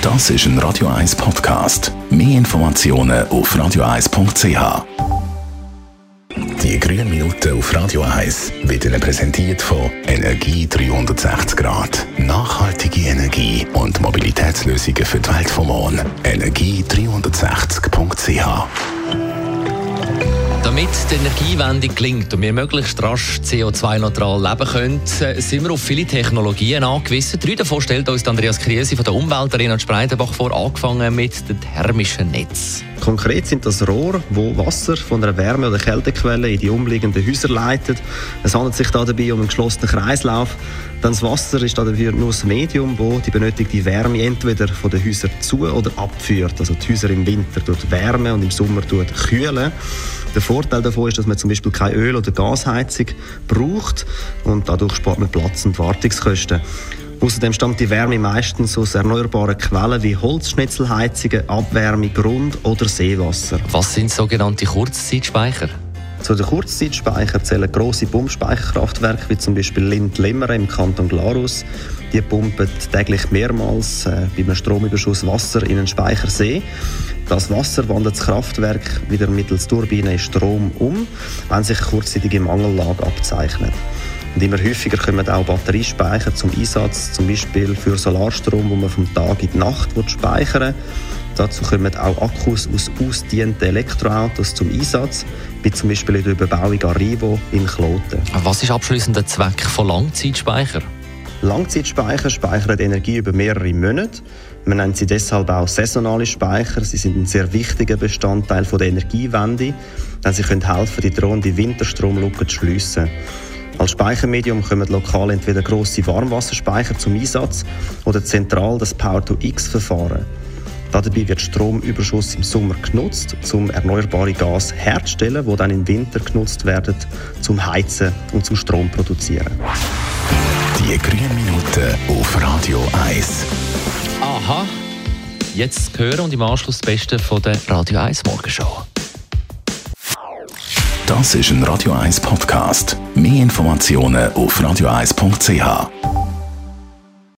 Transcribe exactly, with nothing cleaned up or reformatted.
Das ist ein Radio eins Podcast. Mehr Informationen auf radio eins punkt c h. Die grünen Minuten auf Radio eins werden Ihnen präsentiert von Energie dreihundertsechzig Grad. Nachhaltige Energie und Mobilitätslösungen für die Welt vom Morgen. energie dreihundertsechzig punkt c h. Damit die Energiewende gelingt und wir möglichst rasch C O zwei neutral leben können, sind wir auf viele Technologien angewiesen. Drei davon stellt uns Andreas Kriesi von der Umweltarena Spreitenbach vor, angefangen mit dem thermischen Netz. Konkret sind das Rohre, wo Wasser von einer Wärme- oder Kältequelle in die umliegenden Häuser leitet. Es handelt sich dabei um einen geschlossenen Kreislauf. Dann das Wasser ist dafür nur das Medium, wo die benötigte Wärme entweder von den Häusern zu- oder abführt. Also die Häuser im Winter durch Wärme und im Sommer durch kühlen. Der Vorteil davon ist, dass man zum Beispiel keine Öl- oder Gasheizung braucht und dadurch spart man Platz und Wartungskosten. Außerdem stammt die Wärme meistens aus erneuerbaren Quellen wie Holzschnitzelheizungen, Abwärme, Grund- oder Seewasser. Was sind sogenannte Kurzzeitspeicher? Zu den Kurzzeitspeichern zählen grosse Pumpspeicherkraftwerke wie zum Beispiel Lind-Lemmeren im Kanton Glarus. Die pumpen täglich mehrmals äh, bei einem Stromüberschuss Wasser in einen Speichersee. Das Wasser wandelt das Kraftwerk wieder mittels Turbine in Strom um, wenn sich kurzzeitige Mangellage abzeichnet. Und immer häufiger kommen auch Batteriespeicher zum Einsatz, zum Beispiel für Solarstrom, wo man vom Tag in die Nacht speichern will. Dazu kommen auch Akkus aus ausgedienten Elektroautos zum Einsatz, wie zum Beispiel in der Überbauung Arrivo in Kloten. Was ist abschliessend der Zweck von Langzeitspeicher? Langzeitspeicher speichern Energie über mehrere Monate. Man nennt sie deshalb auch saisonale Speicher. Sie sind ein sehr wichtiger Bestandteil der Energiewende, denn sie können helfen, die drohende Winterstromlücke zu schliessen. Als Speichermedium kommen lokal entweder grosse Warmwasserspeicher zum Einsatz oder zentral das Power-to-X-Verfahren. Dabei wird Stromüberschuss im Sommer genutzt, um erneuerbare Gas herzustellen, die dann im Winter genutzt werden, zum Heizen und zum Strom produzieren. Die grünen Minuten auf Radio eins. Aha, jetzt hören und im Anschluss das Beste von der Radio eins Morgenshow. Das ist ein Radio eins Podcast. Mehr Informationen auf radio eins punkt c h.